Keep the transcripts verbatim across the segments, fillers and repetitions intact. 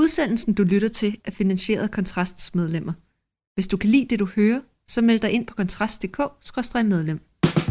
Udsendelsen, du lytter til, er finansieret af Kontrasts medlemmer. Hvis du kan lide det, du hører, så meld dig ind på kontrast punktum d k skråstreg medlem.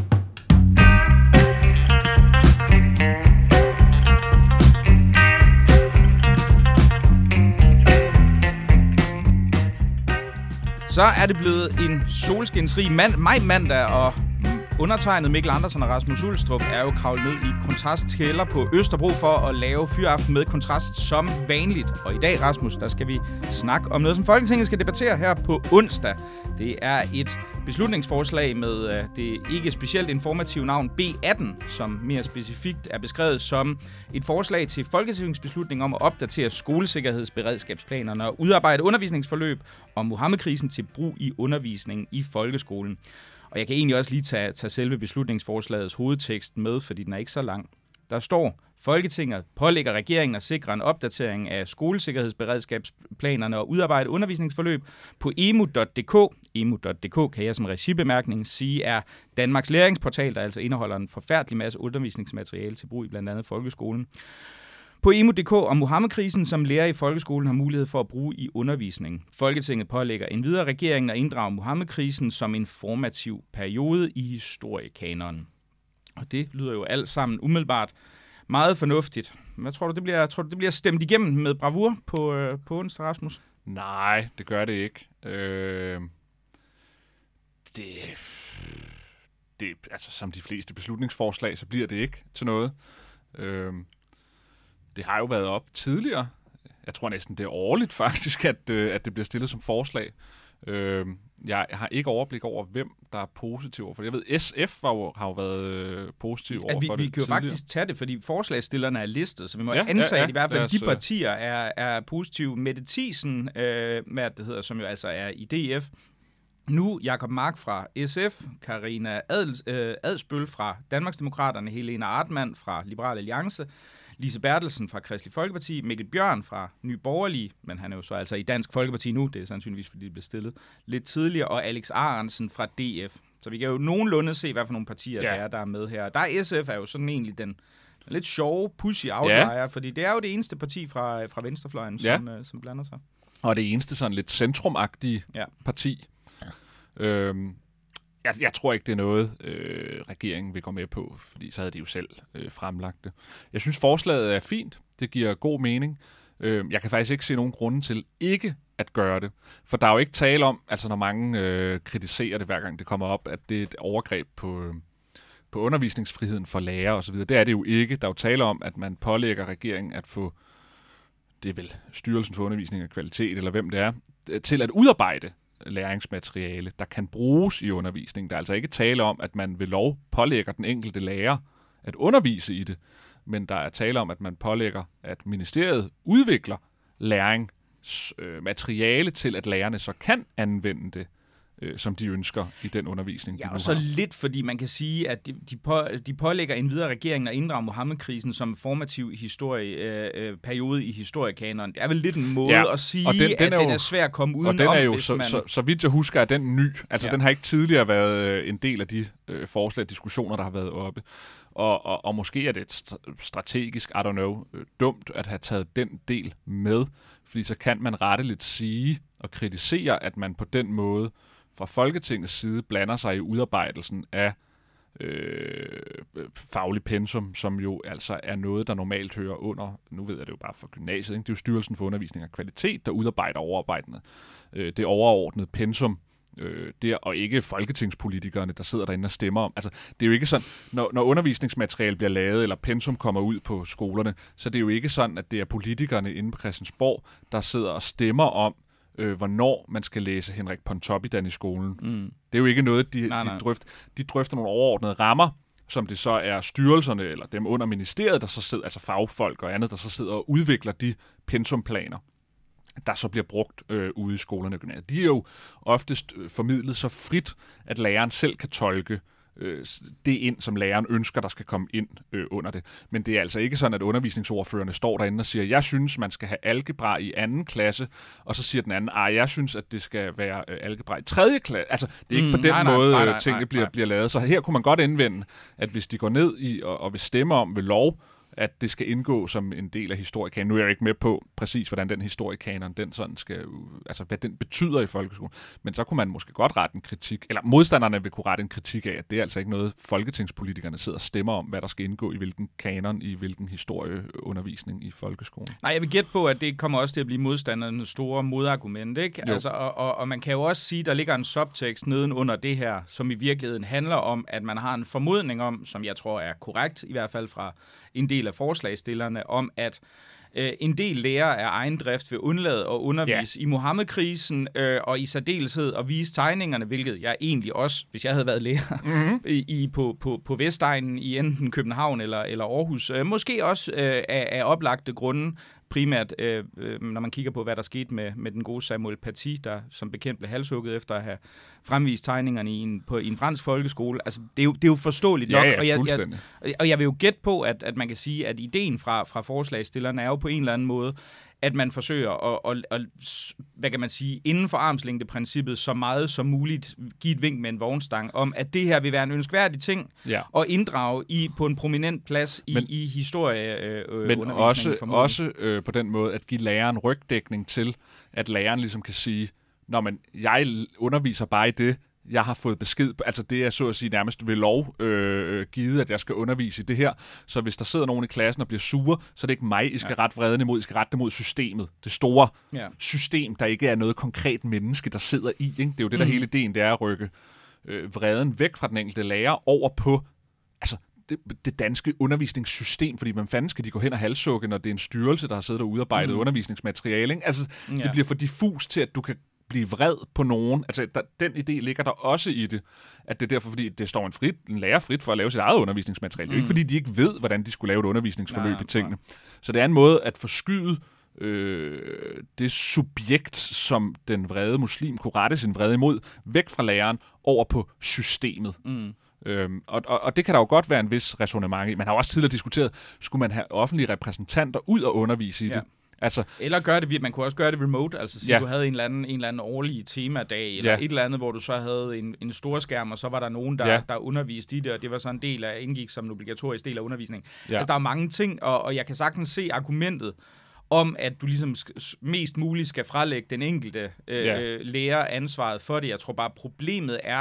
Så er det blevet en solskinsrig mand, maj mandag, og undertegnet Mikkel Andersen og Rasmus Ulstrup er jo kravlet ned i Kontrasts kælder på Østerbro for at lave fyraften med Kontrast som vanligt. Og i dag, Rasmus, der skal vi snakke om noget, som Folketinget skal debattere her på onsdag. Det er et beslutningsforslag med det ikke specielt informative navn B atten, som mere specifikt er beskrevet som et forslag til folketingsbeslutning om at opdatere skolesikkerhedsberedskabsplanerne og udarbejde undervisningsforløb om Muhammedkrisen til brug i undervisningen i folkeskolen. Og jeg kan egentlig også lige tage, tage selve beslutningsforslagets hovedtekst med, fordi den er ikke så lang. Der står, Folketinget pålægger regeringen at sikre en opdatering af skolesikkerhedsberedskabsplanerne og udarbejde undervisningsforløb på emu punktum d k. emu punktum d k kan jeg som regibemærkning sige er Danmarks læringsportal, der altså indeholder en forfærdelig masse undervisningsmateriale til brug i blandt andet folkeskolen. På emu punktum d k om Muhammedkrisen, som lærer i folkeskolen har mulighed for at bruge i undervisning. Folketinget pålægger endvidere regeringen at inddrage Muhammedkrisen som en formativ periode i historiekanonen. Og det lyder jo alt sammen umiddelbart meget fornuftigt. Hvad tror du, det bliver, tror du, det bliver stemt igennem med bravur på, øh, på onsdag, Rasmus? Nej, det gør det ikke. Øh, det, det, altså som de fleste beslutningsforslag, så bliver det ikke til noget. Øh, Det har jo været op tidligere. Jeg tror næsten, det er årligt faktisk, at, øh, at det bliver stillet som forslag. Øh, jeg har ikke overblik over, hvem der er positiv for det. Jeg ved, S F var jo, har jo været øh, positiv over vi, for vi det Vi kan jo tidligere. faktisk tage det, fordi forslagsstillerne er listet, så vi må ja, antage, ja, ja, at i hvert fald os, de partier er, er positive. Mette Thiesen, øh, hvad det hedder, som jo altså er i D F. Nu Jakob Mark fra S F, Karina Adel, øh, Adsbøl fra Danmarksdemokraterne, Helena Artmann fra Liberal Alliance, Lise Bertelsen fra Kristelig Folkeparti, Mikkel Bjørn fra Nye Borgerlige, men han er jo så altså i Dansk Folkeparti nu, det er sandsynligvis, fordi det blev stillet lidt tidligere, og Alex Ahrendtsen fra D F. Så vi kan jo nogenlunde se, hvad for nogle partier ja. der er, der er med her. Der er S F er jo sådan egentlig den, den lidt sjove, pushy outlier, ja. fordi det er jo det eneste parti fra, fra venstrefløjen, ja. som, øh, som blander sig. Og det eneste sådan lidt centrumagtige ja. parti. Øhm. Jeg, jeg tror ikke, det er noget, øh, regeringen vil gå med på, fordi så havde de jo selv øh, fremlagt det. Jeg synes, forslaget er fint. Det giver god mening. Øh, jeg kan faktisk ikke se nogen grunde til ikke at gøre det. For der er jo ikke tale om, altså når mange øh, kritiserer det hver gang det kommer op, at det er et overgreb på, øh, på undervisningsfriheden for lærere osv. Det er det jo ikke. Der er jo tale om, at man pålægger regeringen at få, det er vel Styrelsen for Undervisning og Kvalitet, eller hvem det er, til at udarbejde læringsmateriale, der kan bruges i undervisningen. Der er altså ikke tale om, at man ved lov pålægger den enkelte lærer at undervise i det, men der er tale om, at man pålægger, at ministeriet udvikler læringsmateriale til, at lærerne så kan anvende det, øh, som de ønsker i den undervisning, de ja, nu og så har. lidt, fordi man kan sige, at de, de, på, de pålægger endvidere regeringen at inddrage Muhammedkrisen som formativ historie, øh, øh, periode i historiekanonen. Det er vel lidt en måde ja, at sige, den, den at den jo, er svær at komme udenom. Og den er jo, så, man... så, så vidt jeg husker, er den ny. Altså, ja. den har ikke tidligere været øh, en del af de øh, forslag, diskussioner, der har været oppe. Og, og, og måske er det strategisk, I don't know, øh, dumt at have taget den del med, fordi så kan man retteligt sige og kritisere, at man på den måde fra Folketingets side blander sig i udarbejdelsen af øh, faglig pensum, som jo altså er noget, der normalt hører under, nu ved jeg det jo bare fra gymnasiet, ikke? Det er jo Styrelsen for Undervisning og Kvalitet, der udarbejder overarbejdende, øh, det overordnede pensum, øh, der, og ikke folketingspolitikerne, der sidder derinde og stemmer om. Altså, det er jo ikke sådan, når, når undervisningsmateriale bliver lavet, eller pensum kommer ud på skolerne, så det er jo ikke sådan, at det er politikerne inde på Christiansborg, der sidder og stemmer om, Øh, hvornår man skal læse Henrik Pontoppidan i skolen. Mm. Det er jo ikke noget, de, nej, de, nej. drøfter. De drøfter nogle overordnede rammer, som det så er styrelserne, eller dem under ministeriet, der så sidder, altså fagfolk og andet, der så sidder og udvikler de pensumplaner, der så bliver brugt øh, ude i skolerne og gymnasiet. De er jo oftest øh, formidlet så frit, at læreren selv kan tolke det ind, som læreren ønsker, der skal komme ind øh, under det. Men det er altså ikke sådan, at undervisningsordførerne står derinde og siger, jeg synes, man skal have algebra i anden klasse, og så siger den anden, ej, jeg synes, at det skal være øh, algebra i tredje klasse. Altså, det er ikke mm, på den nej, måde, nej, nej, tingene nej, nej. Bliver, bliver lavet. Så her kunne man godt indvende, at hvis de går ned i og, og vil stemme om ved lov, at det skal indgå som en del af historiekanon. Nu er jeg ikke med på præcis, hvordan den historiekanon, den sådan skal, altså hvad den betyder i folkeskolen. Men så kunne man måske godt rette en kritik, eller modstanderne vil kunne rette en kritik af, at det er altså ikke noget, folketingspolitikerne sidder og stemmer om, hvad der skal indgå i hvilken kanon, i hvilken historieundervisning i folkeskolen. Nej, jeg vil gætte på, at det kommer også til at blive modstandernes store modargument, ikke? Altså, og, og, og man kan jo også sige, at der ligger en subtekst nedenunder det her, som i virkeligheden handler om, at man har en formodning om, som jeg tror er korrekt, i hvert fald fra en del af forslagsstillerne, om at øh, en del lærere af egen drift vil undlade at undervise yeah. i Muhammed-krisen, øh, og i særdeleshed at vise tegningerne, hvilket jeg egentlig også, hvis jeg havde været lærer mm-hmm. i, i, på, på, på Vestegnen i enten København eller, eller Aarhus, øh, måske også øh, af, af oplagte grunde, primært, øh, øh, når man kigger på, hvad der skete med, med den gode Samuel Paty, der som bekendt blev halshugget efter at have fremvist tegningerne i en, på, i en fransk folkeskole. Altså, det er jo, det er jo forståeligt nok. Ja, ja, og, jeg, jeg, og jeg vil jo gætte på, at, at man kan sige, at ideen fra, fra forslagsstillerne er jo på en eller anden måde, at man forsøger at, at, at, hvad kan man sige, inden for armslængdeprincippet så meget som muligt give et vink med en vognstang om, at det her vil være en ønskværdig ting ja. at inddrage i, på en prominent plads i, men, i historie øh, Men også, også øh, på den måde at give læreren rygdækning til, at læreren ligesom kan sige, når man, jeg underviser bare i det, jeg har fået besked, altså det er så at sige nærmest ved lov øh, givet, at jeg skal undervise i det her. Så hvis der sidder nogen i klassen og bliver sure, så er det ikke mig, I skal ja. rette vreden imod, I skal rette det mod systemet. Det store ja. system, der ikke er noget konkret menneske, der sidder i. Ikke? Det er jo det, der mm. hele ideen, det er at rykke øh, vreden væk fra den enkelte lærer over på altså det, det danske undervisningssystem, fordi man fanden skal de gå hen og halssukke, når det er en styrelse, der har siddet og udarbejdet mm. undervisningsmateriale. Ikke? Altså, ja. det bliver for diffus til, at du kan blive vred på nogen. Altså, der, den idé ligger der også i det, at det er derfor, fordi det står en, frit, en lærer frit for at lave sit eget undervisningsmateriale. Mm. Det er jo ikke, fordi de ikke ved, hvordan de skulle lave et undervisningsforløb ja, i tingene. Ja. Så det er en måde at forskyde øh, det subjekt, som den vrede muslim kunne rette sin vrede imod, væk fra læreren, over på systemet. Mm. Øhm, og, og, og det kan der jo godt være en vis ræsonnement i. Man har også tidligere diskuteret, skulle man have offentlige repræsentanter ud og undervise i ja. det? Altså, eller gøre det, man kunne også gøre det remote, altså sige, ja. du havde en eller anden, en eller anden årlig temadag, eller ja. et eller andet, hvor du så havde en, en stor skærm, og så var der nogen, der, ja. der underviste i det, og det var så en del af, indgik som en obligatorisk del af undervisningen. Ja. Altså, der er mange ting, og, og jeg kan sagtens se argumentet om, at du ligesom mest muligt skal frelægge den enkelte øh, ja. lærer ansvaret for det. Jeg tror bare, problemet er,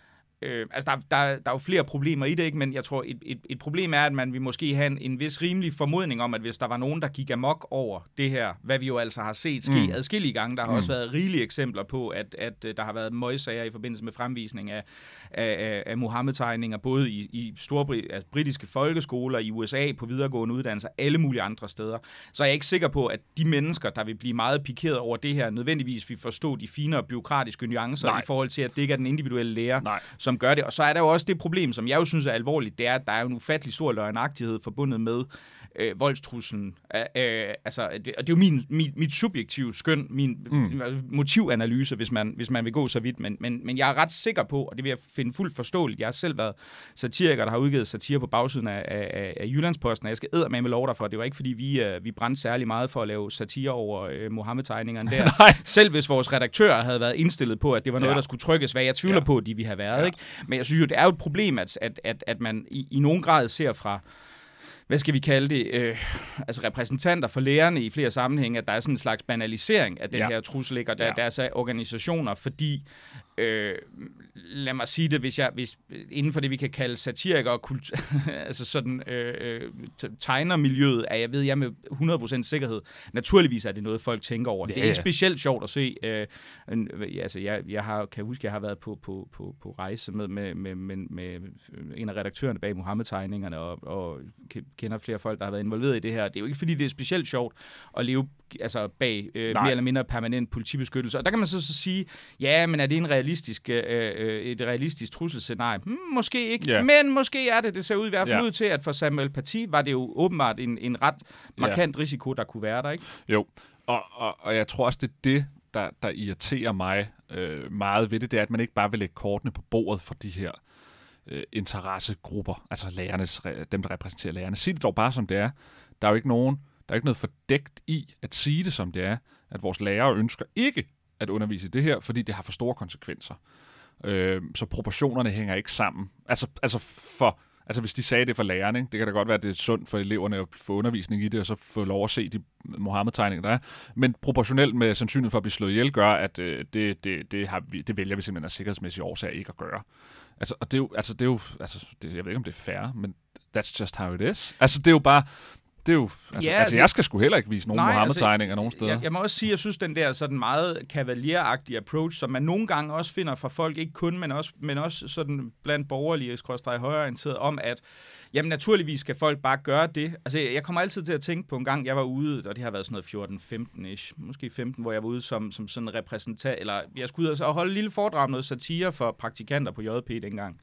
Øh, altså, der, der, der er jo flere problemer i det, ikke? Men jeg tror, et, et, et problem er, at man vil måske have en, en vis rimelig formodning om, at hvis der var nogen, der gik amok over det her, hvad vi jo altså har set ske mm. adskillige gange, der har mm. også været rigelige eksempler på, at, at der har været møgsager i forbindelse med fremvisning af, af, af Muhammed-tegninger, både i, i store altså britiske folkeskoler, i U S A, på videregående uddannelser, alle mulige andre steder. Så er jeg ikke sikker på, at de mennesker, der vil blive meget pikeret over det her, nødvendigvis vil forstå de finere byråkratiske nuancer Nej. i forhold til, at det ikke er den individuelle lærer, Nej. som gør det. Og så er der jo også det problem, som jeg jo synes er alvorligt, det er, at der er en ufattelig stor løgnagtighed forbundet med øh, voldstruslen. Øh, altså, det, og det er jo min, min, mit subjektive skøn, min mm. motivanalyse, hvis man, hvis man vil gå så vidt. Men, men, men jeg er ret sikker på, og det vil jeg finde fuldt forståeligt, jeg har selv været satiriker, der har udgivet satire på bagsiden af, af, af Jyllandsposten, og jeg skal eddermame lov derfor. Det var ikke, fordi vi, uh, vi brændte særlig meget for at lave satire over uh, Muhammed-tegningerne der. Selv hvis vores redaktører havde været indstillet på, at det var noget, ja. der skulle trykkes, hvad jeg tvivler ja. på, at de vi have været. Ja. Ikke? Men jeg synes jo, det er jo et problem, at, at, at, at man i, i nogen grad ser fra, hvad skal vi kalde det, øh, altså repræsentanter for lærerne i flere sammenhænge, at der er sådan en slags banalisering af den ja. her trussel, og der, ja. der er så organisationer, fordi, øh, lad mig sige det, hvis jeg, hvis, inden for det, vi kan kalde satirikere og kult, altså sådan øh, tegnermiljøet, er jeg ved jeg med hundrede procent sikkerhed, naturligvis er det noget, folk tænker over. Ja, det er ikke ja. specielt sjovt at se, øh, en, altså jeg, jeg har, kan huske, jeg har været på, på, på, på rejse med, med, med, med, med en af redaktørerne bag Muhammed-tegningerne, og, og kender flere folk, der har været involveret i det her. Det er jo ikke, fordi det er specielt sjovt at leve altså bag øh, mere eller mindre permanent politibeskyttelse. Og der kan man så, så sige, ja, men er det en realistisk, øh, et realistisk trusselscenarie? Hmm, måske ikke, yeah. men måske er det. Det ser ud i hvert fald yeah. ud til, at for Samuel Paty var det jo åbenbart en, en ret markant yeah. risiko, der kunne være der, ikke? Jo, og, og, og jeg tror også, det er det, der, der irriterer mig øh, meget ved det, det er, at man ikke bare vil lægge kortene på bordet for de her øh, interessegrupper, altså lærernes, dem, der repræsenterer lærerne. Sig det dog bare, som det er. Der er jo ikke nogen Der er ikke noget fordækt i at sige det, som det er, at vores lærere ønsker ikke at undervise i det her, fordi det har for store konsekvenser. Øh, så proportionerne hænger ikke sammen. Altså, altså for Altså hvis de sagde det for lærerne, ikke? Det kan da godt være, at det er sundt for eleverne at få undervisning i det, og så få lov at se de Mohammed-tegninger, der er. Men proportionelt med sandsynligheden for at blive slået ihjel, gør, at øh, det, det, det, har vi, det vælger vi simpelthen af sikkerhedsmæssige årsager ikke at gøre. Altså, og det er jo, altså, det er jo altså, det, jeg ved ikke, om det er fair, men that's just how it is. Altså, det er jo bare... Det er jo, altså, ja, altså, altså, jeg skal sgu heller ikke vise nogen Mohammed-tegninger altså, nogen steder. Jeg, jeg må også sige, at jeg synes, den der sådan meget kavalieragtige approach, som man nogle gange også finder fra folk, ikke kun, men også, men også sådan blandt borgerlige, skråstreg højreorienteret, om at, jamen naturligvis skal folk bare gøre det. Altså, jeg kommer altid til at tænke på en gang, jeg var ude, og det har været sådan noget fjorten femten-ish, måske femten, hvor jeg var ude som, som sådan repræsentant, eller jeg skulle ud og holde et lille foredrag noget satire for praktikanter på J P dengang.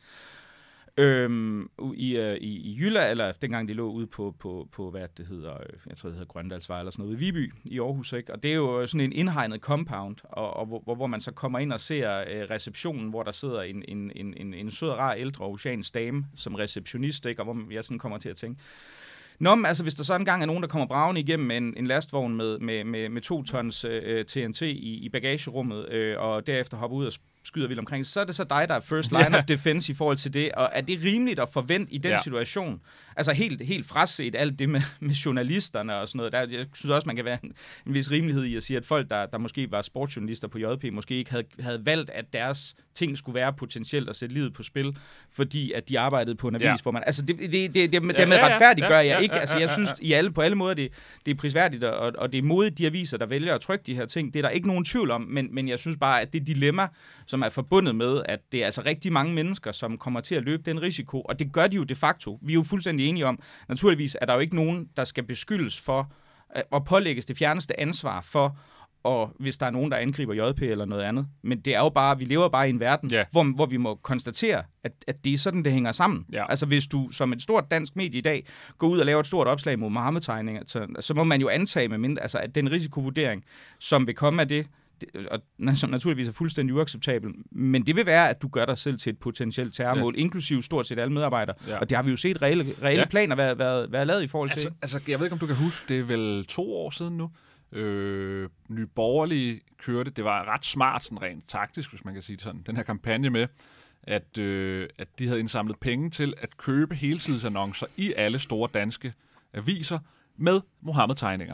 Øhm, i, uh, i, i Jylland, eller dengang de lå ude på, på, på, hvad det hedder, jeg tror det hedder Grøndalsvej eller sådan noget, i Viby i Aarhus, ikke? Og det er jo sådan en indhegnet compound, og, og hvor, hvor man så kommer ind og ser uh, receptionen, hvor der sidder en, en, en, en, en sød, rar, ældre oceansk dame som receptionist, ikke? Og hvor jeg sådan kommer til at tænke, nå, men altså hvis der så engang er nogen, der kommer bravende igennem en, en lastvogn med, med, med, med to tons uh, T N T i, i bagagerummet, uh, og derefter hopper ud og skyder vildt omkring, så er det så dig, der er first line yeah. of defense i forhold til det, og er det rimeligt at forvente i den yeah. situation? Altså helt, helt fraset alt det med, med journalisterne og sådan noget. Der, jeg synes også, man kan være en, en vis rimelighed i at sige, at folk, der, der måske var sportsjournalister på J P, måske ikke havde, havde valgt, at deres ting skulle være potentielt at sætte livet på spil, fordi at de arbejdede på en avis, yeah. hvor man... Altså det, det, det, det, det med ja, ja, retfærdigt gør jeg ja, ikke. Altså jeg synes i alle, på alle måder, det, det er prisværdigt, og, og det er modigt, de aviser, der vælger at trykke de her ting. Det er der ikke nogen tvivl om, men, men jeg synes bare, at det dilemma, som er forbundet med, at det er altså rigtig mange mennesker, som kommer til at løbe den risiko, og det gør de jo de facto. Vi er jo fuldstændig enige om, naturligvis er der jo ikke nogen, der skal beskyldes for at pålægges det fjerneste ansvar for, og hvis der er nogen, der angriber J P eller noget andet. Men det er jo bare, vi lever bare i en verden, yeah. hvor, hvor vi må konstatere, at, at det er sådan, det hænger sammen. Yeah. Altså hvis du som et stort dansk medie i dag går ud og laver et stort opslag mod Mohammed-tegninger, så, så må man jo antage med mindre, altså at den risikovurdering, som vil komme af det, og som naturligvis er fuldstændig uacceptabel, men det vil være, at du gør dig selv til et potentielt terrormål, ja. inklusiv stort set alle medarbejdere. Ja. Og det har vi jo set reelle, reelle ja. planer være, være, være lavet i forhold til. Altså, altså, jeg ved ikke, om du kan huske, det er vel to år siden nu. Øh, Nye Borgerlige kørte, det var ret smart, sådan rent taktisk, hvis man kan sige det sådan, den her kampagne med, at, øh, at de havde indsamlet penge til at købe helsidesannoncer i alle store danske aviser med Mohammed-tegninger.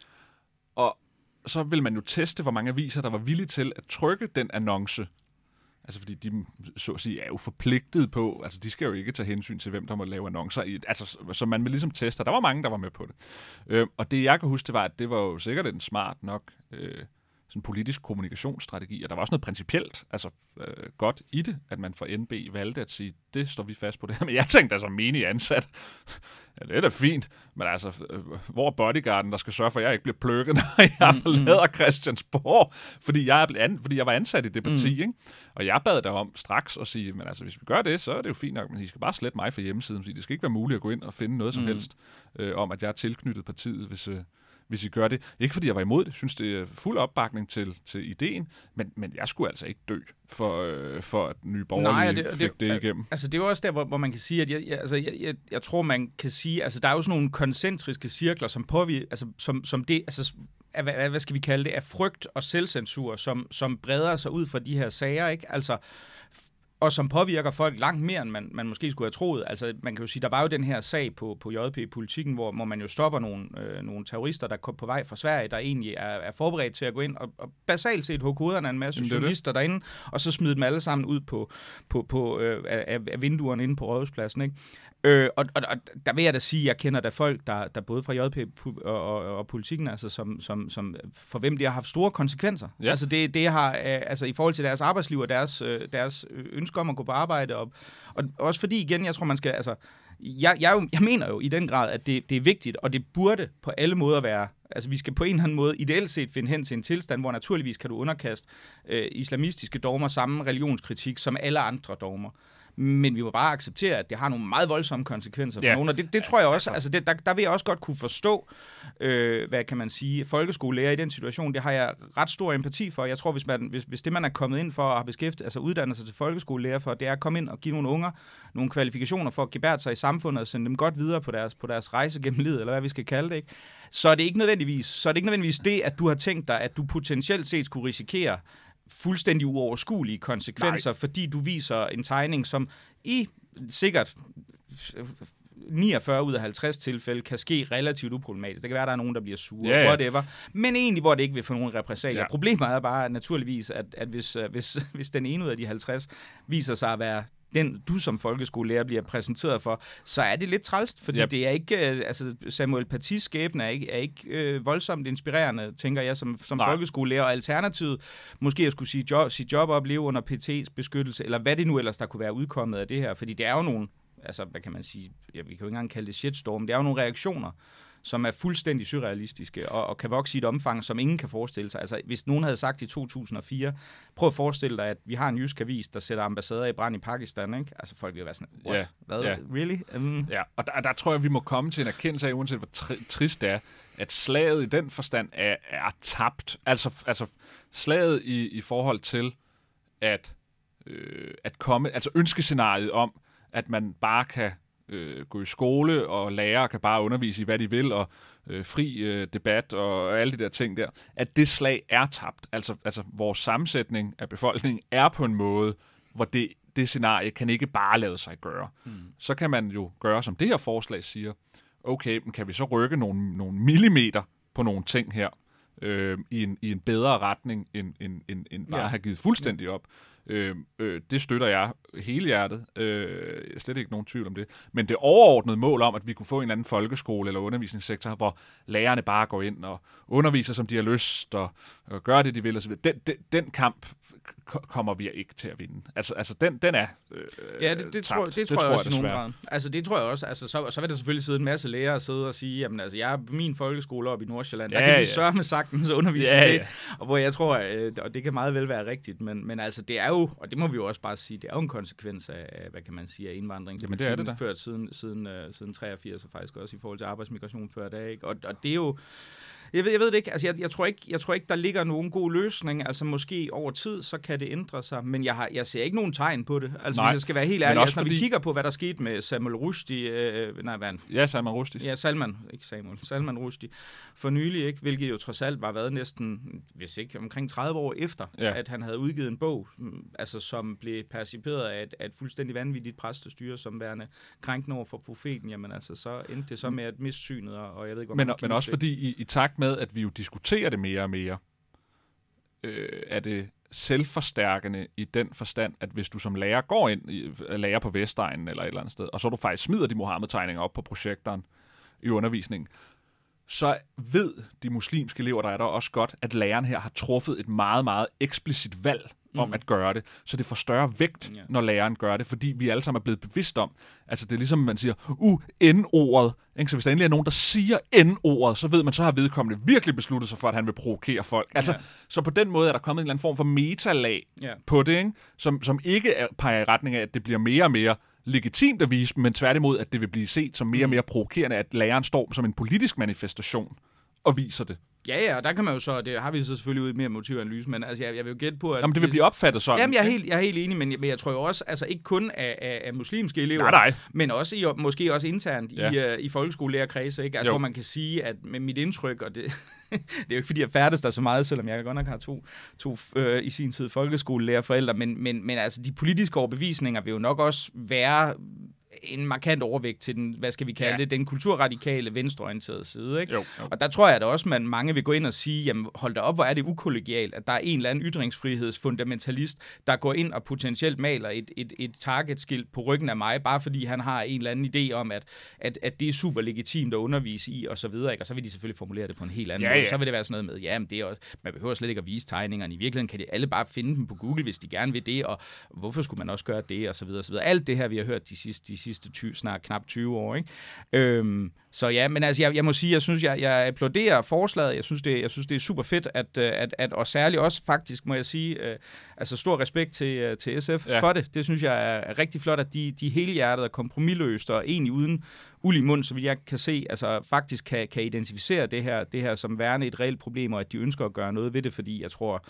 Og så vil man jo teste, hvor mange aviser, der var villige til at trykke den annonce. Altså fordi de, så at sige, er jo forpligtet på, altså de skal jo ikke tage hensyn til, hvem der må lave annoncer. I, altså, så man vil ligesom teste, der var mange, der var med på det. Øh, og det jeg kan huske, det var, at det var jo sikkert en smart nok øh, sådan politisk kommunikationsstrategi, og der var også noget principielt, altså øh, godt i det, at man fra N B valgte at sige, det står vi fast på det her. Men jeg tænkte altså menig ansat, ja, det er da fint, men altså, øh, hvor er bodyguarden, der skal sørge for, at jeg ikke bliver plukket, når jeg forlader Christiansborg, fordi jeg, er an, fordi jeg var ansat i det parti, mm. ikke? Og jeg bad der om straks at sige, men altså, hvis vi gør det, så er det jo fint nok, men I skal bare slette mig fra hjemmesiden, fordi det skal ikke være muligt at gå ind og finde noget som mm. helst øh, om, at jeg er tilknyttet partiet, hvis... Øh, hvis I gør det. Ikke fordi jeg var imod det, jeg synes, det er fuld opbakning til, til ideen, men, men jeg skulle altså ikke dø for, øh, for at Nye Borgerlige Nej, det, fik det, det igennem. Altså det er jo også der, hvor, hvor man kan sige, at jeg, jeg, altså, jeg, jeg, jeg tror, man kan sige, altså der er jo sådan nogle koncentriske cirkler, som påvirker, altså som, som det, altså hvad, hvad skal vi kalde det, af frygt og selvcensur, som, som breder sig ud fra de her sager, ikke? Altså og som påvirker folk langt mere, end man, man måske skulle have troet. Altså, man kan jo sige, der var jo den her sag på, på J P-politikken, hvor, hvor man jo stopper nogle, øh, nogle terrorister, der kom på vej fra Sverige, der egentlig er, er forberedt til at gå ind og, og basalt set hugge hovederne af en masse journalister derinde, og så smide dem alle sammen ud på, på, på øh, af, af vinduerne inde på Rådhuspladsen, ikke? Øh, og, og, og der vil jeg da sige, at jeg kender der folk, der, der både fra J P og, og, og politikken, altså som, som, som for hvem det har haft store konsekvenser. Ja. Altså det, det har, øh, altså i forhold til deres arbejdsliv og deres, øh, deres ønsker om at gå på arbejde, og, og også fordi igen, jeg tror man skal, altså, jeg, jeg, jeg mener jo i den grad, at det, det er vigtigt, og det burde på alle måder være, altså vi skal på en eller anden måde ideelt set finde hen til en tilstand, hvor naturligvis kan du underkaste øh, islamistiske dogmer samme religionskritik som alle andre dogmer. Men vi må bare acceptere, at det har nogle meget voldsomme konsekvenser for yeah. nogen, og det, det tror jeg også, altså det, der, der vil jeg også godt kunne forstå, øh, hvad kan man sige, folkeskolelærer i den situation, det har jeg ret stor empati for. Jeg tror, hvis, man, hvis, hvis det, man er kommet ind for at have beskæftiget, altså uddannet sig til folkeskolelærer for, det er at komme ind og give nogle unger nogle kvalifikationer for at gebære sig i samfundet og sende dem godt videre på deres, på deres rejse gennem livet, eller hvad vi skal kalde det, ikke? Så er det ikke nødvendigvis, så er det ikke nødvendigvis det, at du har tænkt dig, at du potentielt set skulle risikere fuldstændig uoverskuelige konsekvenser, Nej. fordi du viser en tegning, som i sikkert niogfyrre ud af halvtreds tilfælde kan ske relativt uproblematisk. Det kan være, at der er nogen, der bliver sure, ja, ja. whatever. Men egentlig, hvor det ikke vil få nogen repressalier. Ja. Problemet er bare naturligvis, at, at hvis, hvis, hvis den ene ud af de halvtreds viser sig at være den, du som folkeskolelærer bliver præsenteret for, så er det lidt trælst, fordi yep. det er ikke, altså Samuel Patys skæbne er ikke, er ikke øh, voldsomt inspirerende, tænker jeg, som, som folkeskolelærer, og alternativet, måske at skulle sige job, sige job op, leve under P T's beskyttelse, eller hvad det nu ellers, der kunne være udkommet af det her, fordi det er jo nogle, altså hvad kan man sige, ja, vi kan jo ikke engang kalde det shitstorm, det er jo nogle reaktioner, som er fuldstændig surrealistiske, og, og kan vokse i et omfang, som ingen kan forestille sig. Altså, hvis nogen havde sagt i to tusind og fire, prøv at forestille dig, at vi har en jysk avis, der sætter ambassader i brand i Pakistan, ikke? Altså, folk vil være sådan, what? Ja, Hvad? ja. Really? Um... Ja, og der, der tror jeg, vi må komme til en erkendelse af, uanset hvor tri- trist det er, at slaget i den forstand er, er tabt. Altså, altså slaget i, i forhold til at, øh, at komme, altså ønskescenariet om, at man bare kan øh, gå i skole, og lærere kan bare undervise i, hvad de vil, og øh, fri øh, debat og alle de der ting der, at det slag er tabt. Altså, altså vores sammensætning af befolkningen er på en måde, hvor det, det scenarie kan ikke bare lade sig gøre. Mm. Så kan man jo gøre, som det her forslag siger, okay, men kan vi så rykke nogle, nogle millimeter på nogle ting her, øh, i, en, i en bedre retning, end, end, end, end bare ja. have givet fuldstændig op. Øh, øh, det støtter jeg helhjertet. Øh, slet ikke nogen tvivl om det. Men det overordnede mål om, at vi kunne få en eller anden folkeskole eller undervisningssektor, hvor lærerne bare går ind og underviser, som de har lyst, og, og gør det, de vil osv. Den, den, den kamp kommer vi ikke til at vinde. Altså, altså den, den er øh, ja, det, det, tror, det, det tror jeg, jeg også i nogen grad. Altså, det tror jeg også. Altså, så, så vil der selvfølgelig sidde en masse lærere og sidde og sige, jamen, altså, jeg er min folkeskole op i Nordsjælland, ja, der kan vi ja. sørge med sagtens undervise ja, det, ja. og hvor jeg tror, øh, og det kan meget vel være rigtigt, men, men altså, det er jo, og det må vi jo også bare sige, det er jo en konsekvens af, hvad kan man sige, af indvandring. Jamen, det er det da. Ført siden, siden, uh, siden treogfirs, og faktisk også i forhold til arbejdsmigration før da, ikke? Og, og det er jo, Jeg ved, jeg ved det ikke. Altså, jeg, jeg, tror ikke, jeg tror ikke, der ligger nogen god løsning. Altså, måske over tid, så kan det ændre sig. Men jeg, har, jeg ser ikke nogen tegn på det. Altså, nej, hvis jeg skal være helt ærlig. Altså, når fordi... vi kigger på, hvad der skete med Salman Rushdie... Øh, nej, hvad Ja, Salman Rushdie. Ja, Salman. Ikke Samuel. Salman Rushdie. For nylig, ikke? Hvilket jo trods alt var været næsten, hvis ikke, omkring tredive år efter, ja. at han havde udgivet en bog, altså, som blev perciperet af et, af et fuldstændig vanvittigt præstestyre, som værende krænkende over for profeten. Jamen, altså, så endte det så med at miste synet, og jeg ved ikke, hvor Men, men også fordi, i, i takt med, at vi jo diskuterer det mere og mere, øh, er det selvforstærkende i den forstand, at hvis du som lærer går ind, i, lærer på Vestegnen eller et eller andet sted, og så du faktisk smider de Mohammed-tegninger op på projektoren i undervisningen, så ved de muslimske elever, der er der også godt, at læreren her har truffet et meget, meget eksplicit valg om mm. at gøre det, så det får større vægt, yeah. når læreren gør det, fordi vi alle sammen er blevet bevidst om, altså det er ligesom, man siger, uh, N-ordet, ikke? Så hvis der endelig er nogen, der siger N-ordet, så ved man, så har vedkommende virkelig besluttet sig for, at han vil provokere folk. Altså, yeah. så på den måde er der kommet en eller anden form for metalag yeah. på det, ikke? Som, som ikke er, peger i retning af, at det bliver mere og mere legitimt at vise, men tværtimod, at det vil blive set som mere og mere provokerende, at læreren står som en politisk manifestation og viser det. Ja, ja, og der kan man jo så, det har vi så selvfølgelig ud i mere motivanalyse, men altså, jeg, jeg vil jo gætte på, at... Jamen, det vil blive opfattet sådan. Jamen, jeg er helt, jeg er helt enig, men jeg, men jeg tror jo også, altså ikke kun af, af, af muslimske elever, nej, nej. men også i, måske også internt ja. i, uh, i folkeskolelærerkredse, ikke? Altså, jo. Hvor man kan sige, at med mit indtryk, og det, det er jo ikke fordi, jeg færdes der så meget, selvom jeg godt nok har to, to øh, i sin tid folkeskolelærerforældre, men, men, men altså, de politiske overbevisninger vil jo nok også være en markant overvægt til den, hvad skal vi kalde ja. det, den kulturradikale, venstreorienterede side, ikke? Jo, jo. Og der tror jeg da også, at mange vil gå ind og sige, jamen hold da op, hvor er det ukollegialt, at der er en eller anden ytringsfrihedsfundamentalist, der går ind og potentielt maler et, et, et targetskilt på ryggen af mig, bare fordi han har en eller anden idé om, at, at, at det er super legitimt at undervise i, og så videre, ikke? Og så vil de selvfølgelig formulere det på en helt anden ja, måde. Ja. Så vil det være sådan noget med, ja, men det er også, man behøver slet ikke at vise tegningerne. I virkeligheden kan de alle bare finde dem på Google, hvis de gerne vil det, og hvorfor skulle man også gøre det, og så videre, og så videre. Alt det her, vi har hørt de sidste, de sidste tyve, snart knap tyve år, ikke? Øhm, så ja, men altså, jeg, jeg må sige, jeg synes, jeg, jeg applauderer forslaget. Jeg synes, det, jeg synes, det er super fedt, at, at, at og særligt også faktisk, må jeg sige, øh, altså stor respekt til, til S F ja. for det. Det synes jeg er, er rigtig flot, at de, de helhjertede og kompromisløst og egentlig uden uld i mund, så vidt jeg kan se, altså faktisk kan, kan identificere det her, det her som værende et reelt problem, og at de ønsker at gøre noget ved det, fordi jeg tror,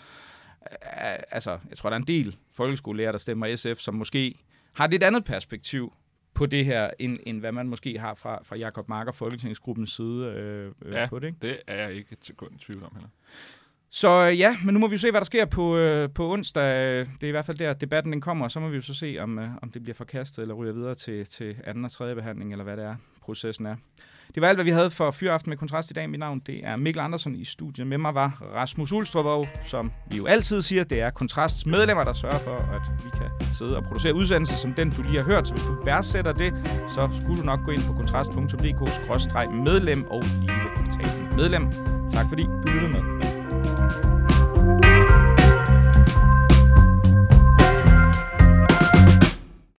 altså, jeg tror, der er en del folkeskolelærer, der stemmer S F, som måske har et lidt andet perspektiv på det her, end, end hvad man måske har fra, fra Jacob Mark og Folketingsgruppens side øh, ja, på det, ikke? det er jeg ikke til kun tvivl om heller. Så ja, men nu må vi jo se, hvad der sker på, øh, på onsdag. Det er i hvert fald der, debatten den kommer, så må vi jo så se, om, øh, om det bliver forkastet eller ryger videre til, til anden og tredje behandling, eller hvad det er, processen er. Det var alt, hvad vi havde for Fyraften med Kontrast i dag. Mit navn, det er Mikkel Andersen i studiet. Med mig var Rasmus Ulstrup, og som vi jo altid siger, det er Kontrasts medlemmer, der sørger for, at vi kan sidde og producere udsendelser som den, du lige har hørt. Så hvis du værdsætter det, så skulle du nok gå ind på kontrast punktum d k skråstreg medlem og blive betalende medlem. Tak fordi du lyttede med.